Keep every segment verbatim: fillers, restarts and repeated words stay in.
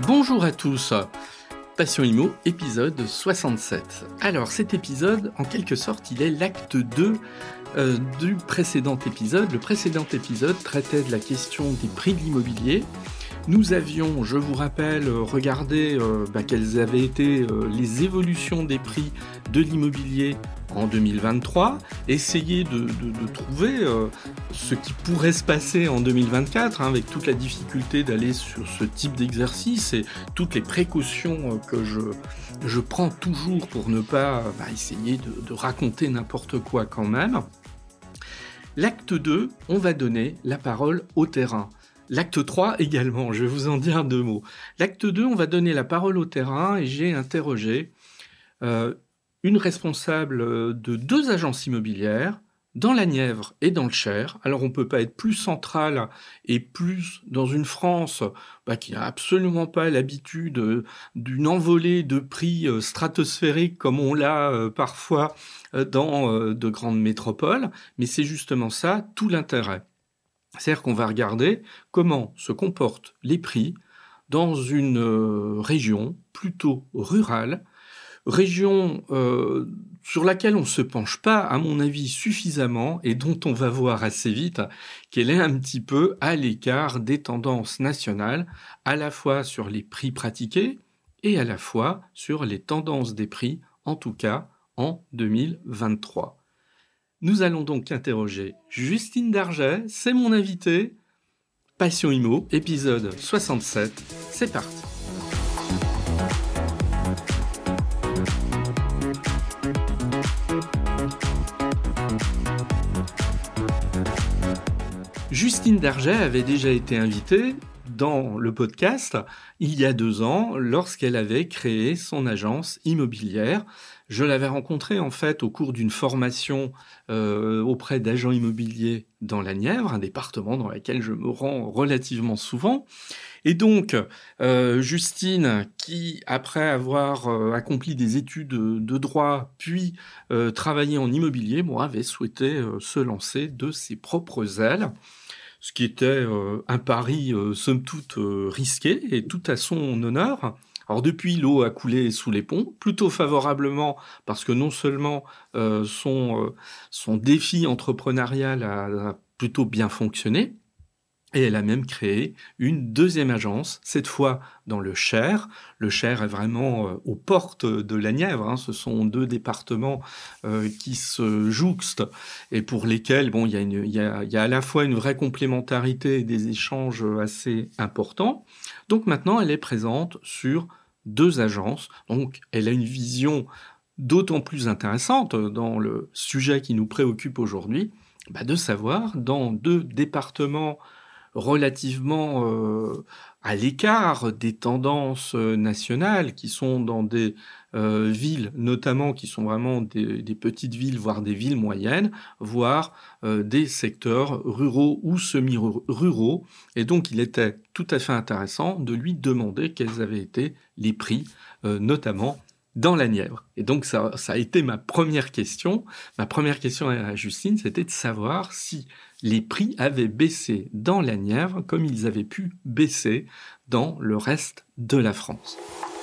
Bonjour à tous, Passion Immo, épisode soixante-sept. Alors cet épisode, en quelque sorte, il est l'acte deux euh, du précédent épisode. Le précédent épisode traitait de la question des prix de l'immobilier. Nous avions, je vous rappelle, regardé euh, bah, quelles avaient été euh, les évolutions des prix de l'immobilier en deux mille vingt-trois, essayer de, de, de trouver euh, ce qui pourrait se passer en deux mille vingt-quatre, hein, avec toute la difficulté d'aller sur ce type d'exercice et toutes les précautions que je, je prends toujours pour ne pas bah, essayer de, de raconter n'importe quoi quand même. L'acte deux, on va donner la parole au terrain. L'acte trois également, je vais vous en dire deux mots. L'acte deux, on va donner la parole au terrain et j'ai interrogé euh, une responsable de deux agences immobilières dans la Nièvre et dans le Cher. Alors on ne peut pas être plus central et plus dans une France bah, qui n'a absolument pas l'habitude euh, d'une envolée de prix euh, stratosphériques comme on l'a euh, parfois euh, dans euh, de grandes métropoles, mais c'est justement ça tout l'intérêt. C'est-à-dire qu'on va regarder comment se comportent les prix dans une euh, région plutôt rurale, région euh, sur laquelle on ne se penche pas, à mon avis, suffisamment et dont on va voir assez vite qu'elle est un petit peu à l'écart des tendances nationales, à la fois sur les prix pratiqués et à la fois sur les tendances des prix, en tout cas en deux mille vingt-trois. Nous allons donc interroger Justine Darget, c'est mon invitée. Passion Immo, épisode soixante-sept, c'est parti. Justine Darget avait déjà été invitée dans le podcast il y a deux ans lorsqu'elle avait créé son agence immobilière. Je l'avais rencontrée en fait au cours d'une formation euh, auprès d'agents immobiliers dans la Nièvre, un département dans lequel je me rends relativement souvent. Et donc, euh, Justine, qui, après avoir euh, accompli des études de droit, puis euh, travaillé en immobilier, bon, avait souhaité euh, se lancer de ses propres ailes, ce qui était euh, un pari, euh, somme toute, euh, risqué, et tout à son honneur. Alors depuis, l'eau a coulé sous les ponts, plutôt favorablement, parce que non seulement euh, son, euh, son défi entrepreneurial a, a plutôt bien fonctionné, et elle a même créé une deuxième agence, cette fois dans le Cher. Le Cher est vraiment euh, aux portes de la Nièvre, hein. Ce sont deux départements euh, qui se jouxtent et pour lesquels bon, il y a une, il y a, il y a à la fois une vraie complémentarité et des échanges assez importants. Donc maintenant, elle est présente sur deux agences. Donc elle a une vision d'autant plus intéressante dans le sujet qui nous préoccupe aujourd'hui, bah, de savoir dans deux départements relativement euh, à l'écart des tendances euh, nationales qui sont dans des euh, villes notamment qui sont vraiment des, des petites villes voire des villes moyennes voire euh, des secteurs ruraux ou semi-ruraux et donc il était tout à fait intéressant de lui demander quels avaient été les prix euh, notamment dans la Nièvre. Et donc ça, ça a été ma première question. Ma première question à Justine, c'était de savoir si les prix avaient baissé dans la Nièvre comme ils avaient pu baisser dans le reste de la France.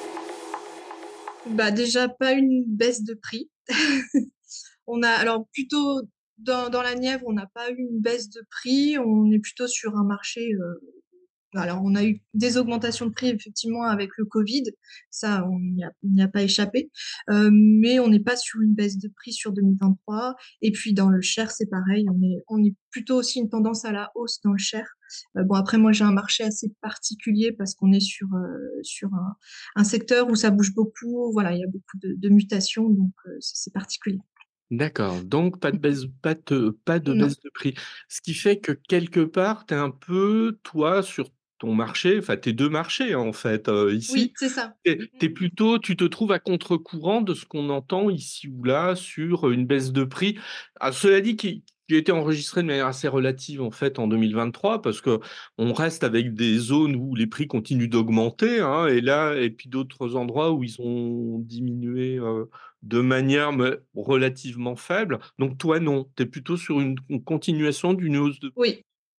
Bah déjà pas une baisse de prix. On a alors plutôt dans, dans la Nièvre, on n'a pas eu une baisse de prix. On est plutôt sur un marché. Euh, alors on a eu des augmentations de prix effectivement avec le Covid, ça on n'y a, on n'y a pas échappé. Euh, mais on n'est pas sur une baisse de prix sur deux mille vingt-trois. Et puis dans le Cher c'est pareil, on est on est plutôt aussi une tendance à la hausse dans le Cher. Euh, bon après moi j'ai un marché assez particulier parce qu'on est sur euh, sur un, un secteur où ça bouge beaucoup. Voilà, il y a beaucoup de, de mutations donc euh, c'est, c'est particulier. D'accord, donc pas de baisse, pas de, pas de Non. baisse de prix. Ce qui fait que quelque part, tu es un peu, toi, sur ton marché, enfin tes deux marchés en fait, euh, Oui, ici, c'est ça. t'es, t'es plutôt, tu te trouves à contre-courant de ce qu'on entend ici ou là sur une baisse de prix. Ah, cela dit, qui, qui a été enregistré de manière assez relative en fait en deux mille vingt-trois, parce que on reste avec des zones où les prix continuent d'augmenter, hein, et là, et puis d'autres endroits où ils ont diminué. Euh, de manière mais, relativement faible. Donc toi, non, tu es plutôt sur une, une continuation d'une hausse de... Oui,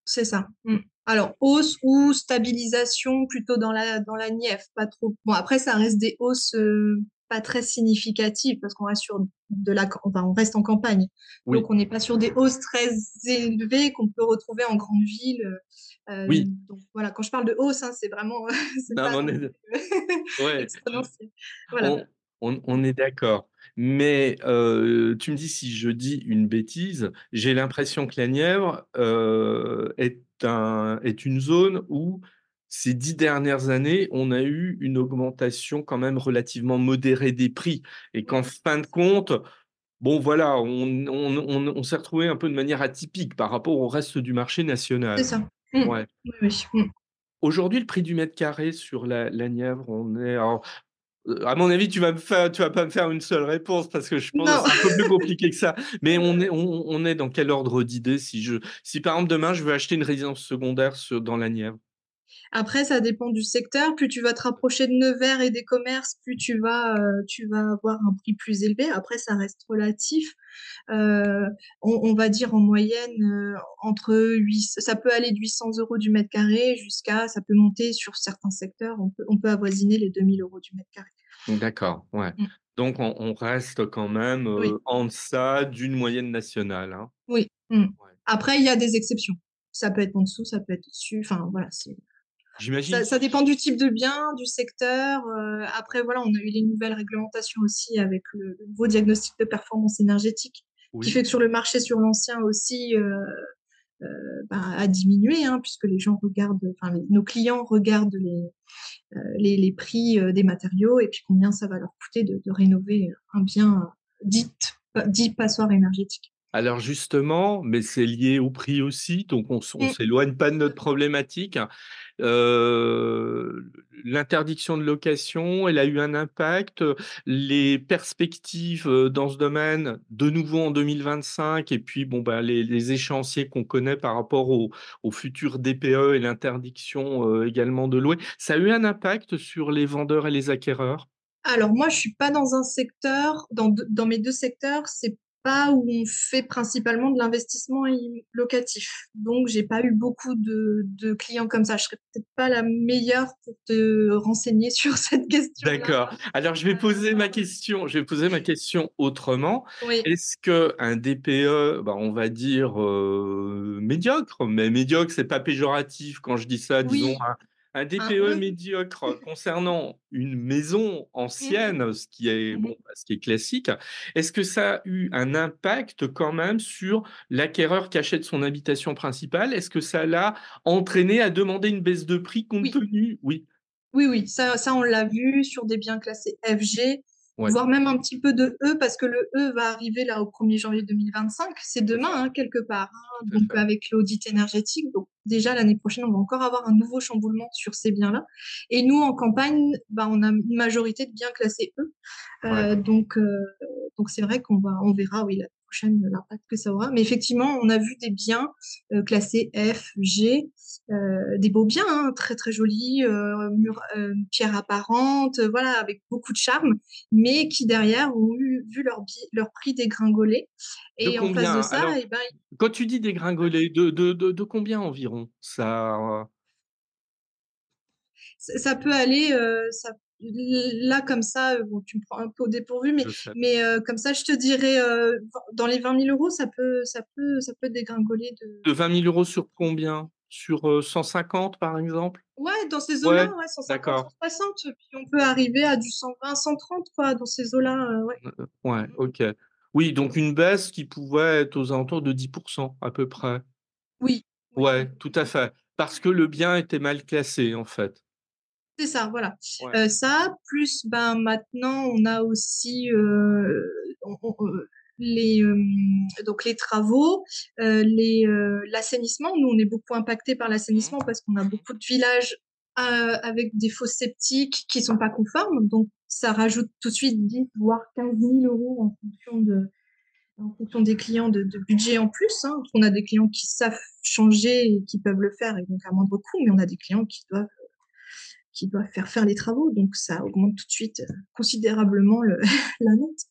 C'est ça. Mmh. Alors hausse ou stabilisation plutôt dans la dans la Nièvre, pas trop. Bon après ça reste des hausses euh, pas très significatives parce qu'on reste sur de la cam- enfin on reste en campagne. Oui, Donc on n'est pas sur des hausses très élevées qu'on peut retrouver en grande ville. Euh, oui. donc voilà, quand je parle de hausse, hein, c'est vraiment c'est Non, pas mais on non est, plus ouais, exponentiel. Voilà. on, on, on est d'accord. Mais euh, tu me dis si je dis une bêtise, j'ai l'impression que la Nièvre euh, est un, est une zone où ces dix dernières années, on a eu une augmentation quand même relativement modérée des prix et qu'en Oui, fin de compte, bon voilà, on, on, on, on s'est retrouvé un peu de manière atypique par rapport au reste du marché c'est national. ça. Mmh. Ouais. Oui, oui. Mmh. Aujourd'hui, le prix du mètre carré sur la, la Nièvre, on est. Alors, euh, à mon avis, tu vas me faire, tu vas pas me faire une seule réponse parce que je pense que Non. c'est un peu plus compliqué que ça. Mais on est, on, on est dans quel ordre d'idée si je, si par exemple demain je veux acheter une résidence secondaire sur- dans la Nièvre? Après, ça dépend du secteur. Plus tu vas te rapprocher de Nevers et des commerces, plus tu vas, euh, tu vas avoir un prix plus élevé. Après, ça reste relatif. Euh, on, on va dire en moyenne euh, entre huit, ça peut aller de huit cents euros du mètre carré jusqu'à, ça peut monter sur certains secteurs. On peut, on peut avoisiner les deux mille euros du mètre carré. D'accord, ouais. Mm. Donc on, on reste quand même Oui, euh, en deçà d'une moyenne nationale, hein. oui. Mm. Ouais. Après, il y a des exceptions. Ça peut être en dessous, ça peut être au-dessus. Enfin, voilà, c'est J'imagine. Ça, ça dépend du type de bien, du secteur. Euh, après, voilà, on a eu les nouvelles réglementations aussi avec le, le nouveau diagnostic de performance énergétique, qui Oui. fait que sur le marché, sur l'ancien aussi, euh, euh, bah, a diminué, hein, puisque les gens regardent, enfin, les- nos clients regardent les, euh, les, les prix euh, des matériaux et puis combien ça va leur coûter de, de rénover un bien dit, dit passoire énergétique. Alors justement, mais c'est lié au prix aussi, donc on ne Mm. s'éloigne pas de notre problématique. Euh, L'interdiction de location, elle a eu un impact. Les perspectives euh, dans ce domaine, de nouveau en deux mille vingt-cinq, et puis bon, bah, les, les échéanciers qu'on connaît par rapport au, au futur D P E et l'interdiction euh, également de louer, ça a eu un impact sur les vendeurs et les acquéreurs? Alors moi, je suis pas dans un secteur, dans, deux- dans mes deux secteurs, c'est pas où on fait principalement de l'investissement i- locatif. Donc j'ai pas eu beaucoup de, de clients comme ça. Je serais peut-être pas la meilleure pour te renseigner sur cette question-là. D'accord. Alors, je vais Euh, poser ma question, je vais poser ma question autrement. oui. Est-ce que un D P E, bah, on va dire euh, médiocre, mais médiocre, c'est pas péjoratif quand je dis ça, disons Oui. un, un Un D P E E. médiocre concernant une maison Mhm. ancienne, ce qui est bon, Mhm. bah, ce qui est classique, est-ce que ça a eu un impact quand même sur l'acquéreur qui achète son habitation principale? Est-ce que ça l'a entraîné à demander une baisse de prix compte Oui. tenu? Oui, Oui, oui, ça, ça on l'a vu sur des biens classés F G, ouais, voire même un petit peu de E, parce que le E va arriver là au premier janvier deux mille vingt-cinq, c'est tout à demain fait, hein, quelque part. tout Hein. à Donc fait. avec l'audit énergétique, donc déjà l'année prochaine, on va encore avoir un nouveau chamboulement sur ces biens-là. Et nous, en campagne, bah, on a une majorité de biens classés E. Ouais. Euh, donc euh, donc c'est vrai qu'on va, on verra, oui, l'année prochaine, l'impact que ça aura. Mais effectivement, on a vu des biens euh, classés F, G, euh, des beaux biens, hein, très très jolis, euh, mur, euh, pierres apparentes, euh, voilà, avec beaucoup de charme, mais qui derrière ont eu, vu leur, bi- leur prix dégringoler. De Et en face de combien? ça, Alors, eh ben, quand tu dis dégringoler, de, de, de, de combien environ? Ça, euh, ça, ça peut aller, euh, ça, là comme ça, euh, bon, tu me prends un peu au dépourvu, mais, je sais. mais euh, comme ça, je te dirais, euh, dans les vingt mille euros, ça peut, ça peut, ça peut dégringoler de... De vingt mille euros sur combien? Sur euh, cent cinquante, par exemple? Ouais, dans ces eaux-là, Ouais, ouais, cent cinquante, d'accord. cent soixante, puis on peut arriver à du cent vingt, cent trente, quoi, dans ces eaux-là, euh, ouais. Euh, Ouais, ok. Oui, donc une baisse qui pouvait être aux alentours de dix pour cent à peu près. Oui, oui, Ouais, oui. tout à fait. Parce que le bien était mal classé, en fait. C'est ça, voilà. Ouais. Euh, ça, plus ben maintenant, on a aussi euh, on- on- euh, les euh, donc les travaux, euh, les euh, l'assainissement. Nous, on est beaucoup impacté par Mhm. l'assainissement parce qu'on a beaucoup de villages euh, avec des fosses septiques qui sont pas conformes. Donc, ça rajoute tout de suite dix voire quinze mille euros en fonction de en fonction des clients de, de budget en plus. Hein, parce qu'on a des clients qui savent changer et qui peuvent le faire et donc à moindre coût, mais on a des clients qui doivent qui doivent faire faire les travaux. Donc, ça augmente tout de suite euh, considérablement le, la note.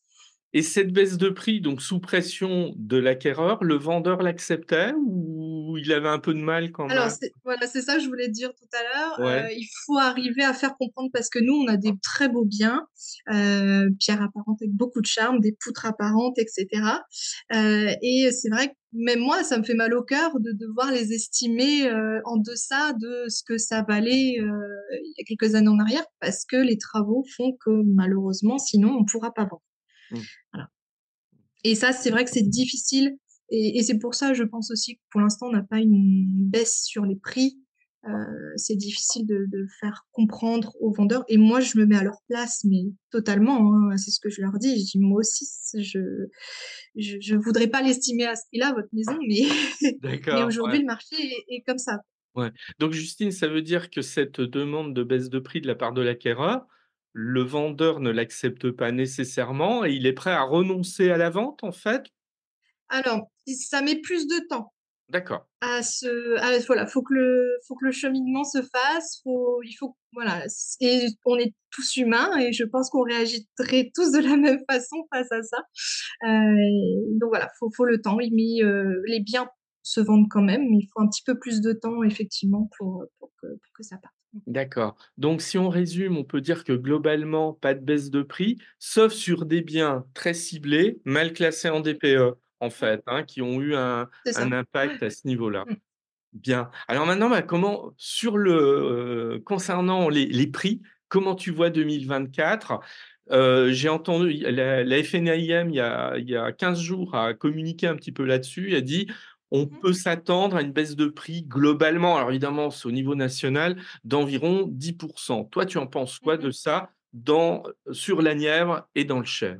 Et cette baisse de prix, donc sous pression de l'acquéreur, le vendeur l'acceptait ou il avait un peu de mal quand Alors même? c'est voilà, c'est ça que je voulais te dire tout à l'heure, Ouais. heu, il faut arriver à faire comprendre parce que nous, on a des très beaux biens, heu, pierres apparentes avec beaucoup de charme, des poutres apparentes et cetera, heu et c'est vrai que même moi, ça me fait mal au cœur de devoir les estimer, heu, en deçà de ce que ça valait, heu, il y a quelques années en arrière parce que les travaux font que malheureusement, sinon on pourra pas vendre. Mmh. Voilà. Et ça, c'est vrai que c'est difficile et et c'est pour ça, je pense aussi que pour l'instant, on n'a pas une baisse sur les prix. Heu, c'est difficile de de faire comprendre aux vendeurs et moi, je me mets à leur place, mais totalement, hein. C'est ce que je leur dis. Je dis: «Moi aussi, c je je je voudrais pas l'estimer à ce prix-là, votre maison, mais mais D'accord, aujourd'hui, ouais. le marché est est comme ça». Ouais. Donc Justine, ça veut dire que cette demande de baisse de prix de la part de l'acquéreur, le vendeur ne l'accepte pas nécessairement et il est prêt à renoncer à la vente, en fait? Alors, ça met plus de temps. D'accord. À se à voilà, faut que le faut que le cheminement se fasse, faut il faut voilà, c et on est tous humains et je pense qu'on réagirait tous de la même façon face à ça. Heu, donc voilà, faut faut le temps, oui, mais heu, les biens se vendent quand même, mais il faut un petit peu plus de temps effectivement pour, pour que pour que ça parte. D'accord. Donc si on résume, on peut dire que globalement, pas de baisse de prix, sauf sur des biens très ciblés, mal classés en D P E, en Mmh, fait, hein, qui ont eu un c'est un ça. impact à ce niveau-là. Mmh. Bien. Alors maintenant, bah, comment sur le, heu, concernant les les prix, comment tu vois deux mille vingt-quatre? Heu, j'ai entendu il la la F N A I M il y a il y a quinze jours a communiqué un petit peu là-dessus, a dit: «On Mmh. peut s'attendre à une baisse de prix globalement», alors évidemment c'est au niveau national, d'environ dix. Toi, tu en penses Mmh quoi mh. de ça dans sur la Nièvre et dans le Cher?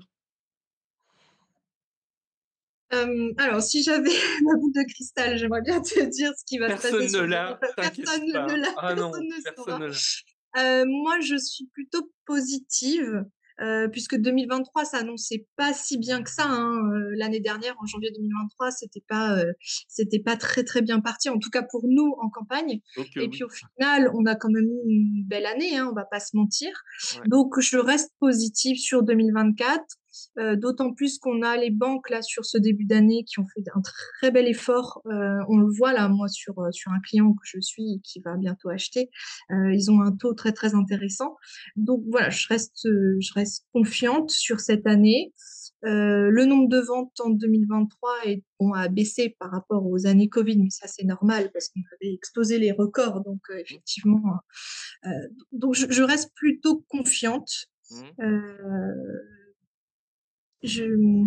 Hem, alors si j'avais ma boule de cristal, j'aimerais bien te dire ce qui va se passer Personne ne sur l'a, t'inquiète personne ne pas. l'a, Ah personne non, ne personne saura. ne l'a. Heu, moi, je suis plutôt positive, heu, puisque deux mille vingt-trois s'annonçait pas si bien que ça, hein, heu, l'année dernière, en janvier deux mille vingt-trois, c'était pas, heu, c'était pas très, très bien parti, en tout cas pour nous en campagne Oh que et puis oui. au final, on a quand même eu une belle année, hein, on va pas se mentir. Ouais, Donc je reste positive sur deux mille vingt-quatre, heu, d'autant plus qu'on a les banques là sur ce début d'année qui ont fait un très bel effort, heu, on le voit là, moi sur, heu, sur un client que je suis et qui va bientôt acheter. Heu, ils ont un taux très, très intéressant. Donc voilà, je reste, heu, je reste confiante sur cette année. Heu, le nombre de ventes en deux mille vingt-trois est bon, a baissé par rapport aux années covid, mais ça, c'est normal parce qu'on avait explosé les records donc heu, mmh, effectivement, heu, donc je je reste plutôt confiante. mmh. Heu, je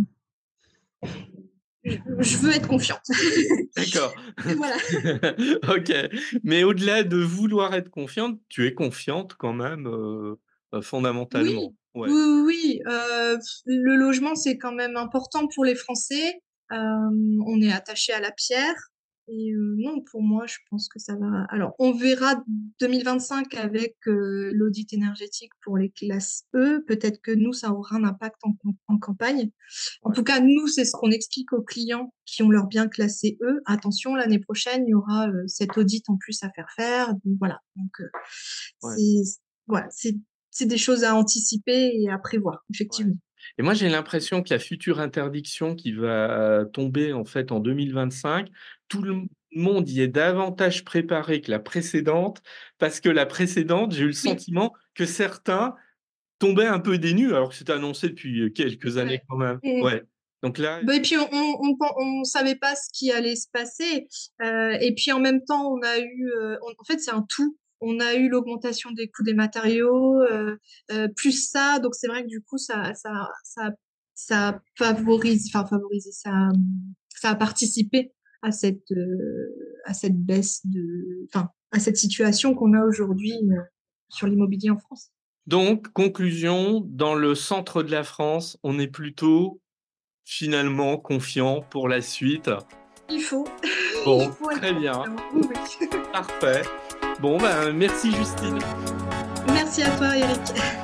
je je veux être confiante. D'accord. Voilà. OK. Mais au-delà de vouloir être confiante, tu es confiante quand même, heu heu, fondamentalement? Oui, Ouais. oui, oui, oui, heu, le logement, c'est quand même important pour les Français. Hem, on est attaché à la pierre et heu, non, pour moi, je pense que ça va alors on verra deux mille vingt-cinq avec, heu, l'audit énergétique pour les classes E. Peut-être que nous, ça aura un impact en com en campagne. En Ouais, tout cas, nous, c'est ce qu'on explique aux clients qui ont leur bien classé E. Attention, l'année prochaine, il y aura, heu, cet audit en plus à faire faire. Donc voilà, donc heu, ouais, c'est voilà, c'est c'est des choses à anticiper et à prévoir, ouais. effectivement. Et moi, j'ai l'impression que la future interdiction qui va tomber, en fait, en deux mille vingt-cinq, tout le Mmh. monde y est davantage préparé que la précédente, parce que la précédente, j'ai eu le Oui, sentiment que certains tombaient un peu des nues, alors que c'était annoncé depuis, heu, quelques c'est années vrai. quand même. Mmh. Ouais. Donc là Bah, et puis on on on pen on savait pas ce qui allait se passer, heu et puis en même temps on a eu, heu, on en fait c'est un tout. On a eu l'augmentation des coûts des matériaux, heu heu, plus ça, donc c'est vrai que du coup ça ça ça ça favorise enfin favorisé, ça, mmh, ça a participé à cette, heu, à cette baisse de enfin, à cette situation qu'on a aujourd'hui, heu, sur l'immobilier en France. donc conclusion, dans le centre de la France, on est plutôt finalement confiant pour la suite. Il faut, il Bon, faut être très bien, confiant. Oui, oui. parfait. Bon, ben, merci Justine. Merci à toi Eric.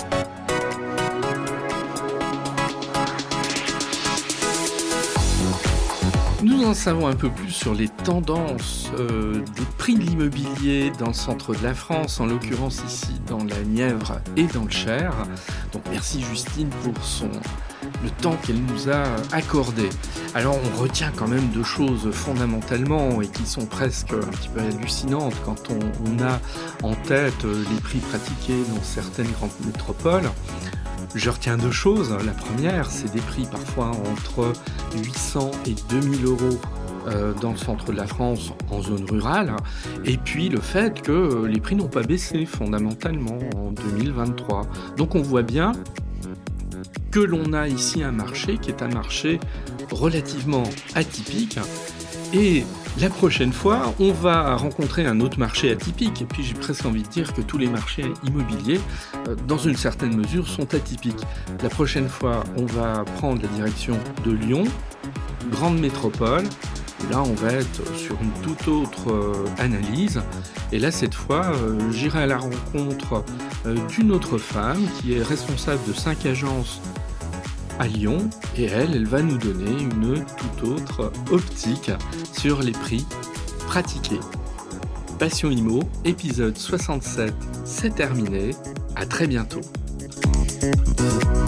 Nous en savons un peu plus sur les tendances euh, des prix de l'immobilier dans le centre de la France, en l'occurrence ici dans la Nièvre et dans le Cher. Donc merci Justine pour son le temps qu'elle nous a accordé. Alors on retient quand même deux choses fondamentalement et qui sont presque un petit peu hallucinantes quand on, on a en tête les prix pratiqués dans certaines grandes métropoles. Je retiens deux choses. La première, c'est des prix parfois entre huit cents et deux mille euros euh, dans le centre de la France, en zone rurale. Et puis le fait que les prix n'ont pas baissé fondamentalement en deux mille vingt-trois. Donc on voit bien que l'on a ici un marché qui est un marché relativement atypique. Et la prochaine fois, on va rencontrer un autre marché atypique. Et puis j'ai presque envie de dire que tous les marchés immobiliers, euh, dans une certaine mesure, sont atypiques. La prochaine fois, on va prendre la direction de Lyon, grande métropole. Et là, on va être sur une toute autre euh, analyse. Et là, cette fois, euh, j'irai à la rencontre euh, d'une autre femme qui est responsable de cinq agences à Lyon, et elle, elle va nous donner une toute autre optique sur les prix pratiqués. Passion Immo, épisode soixante-sept, c'est terminé. À très bientôt.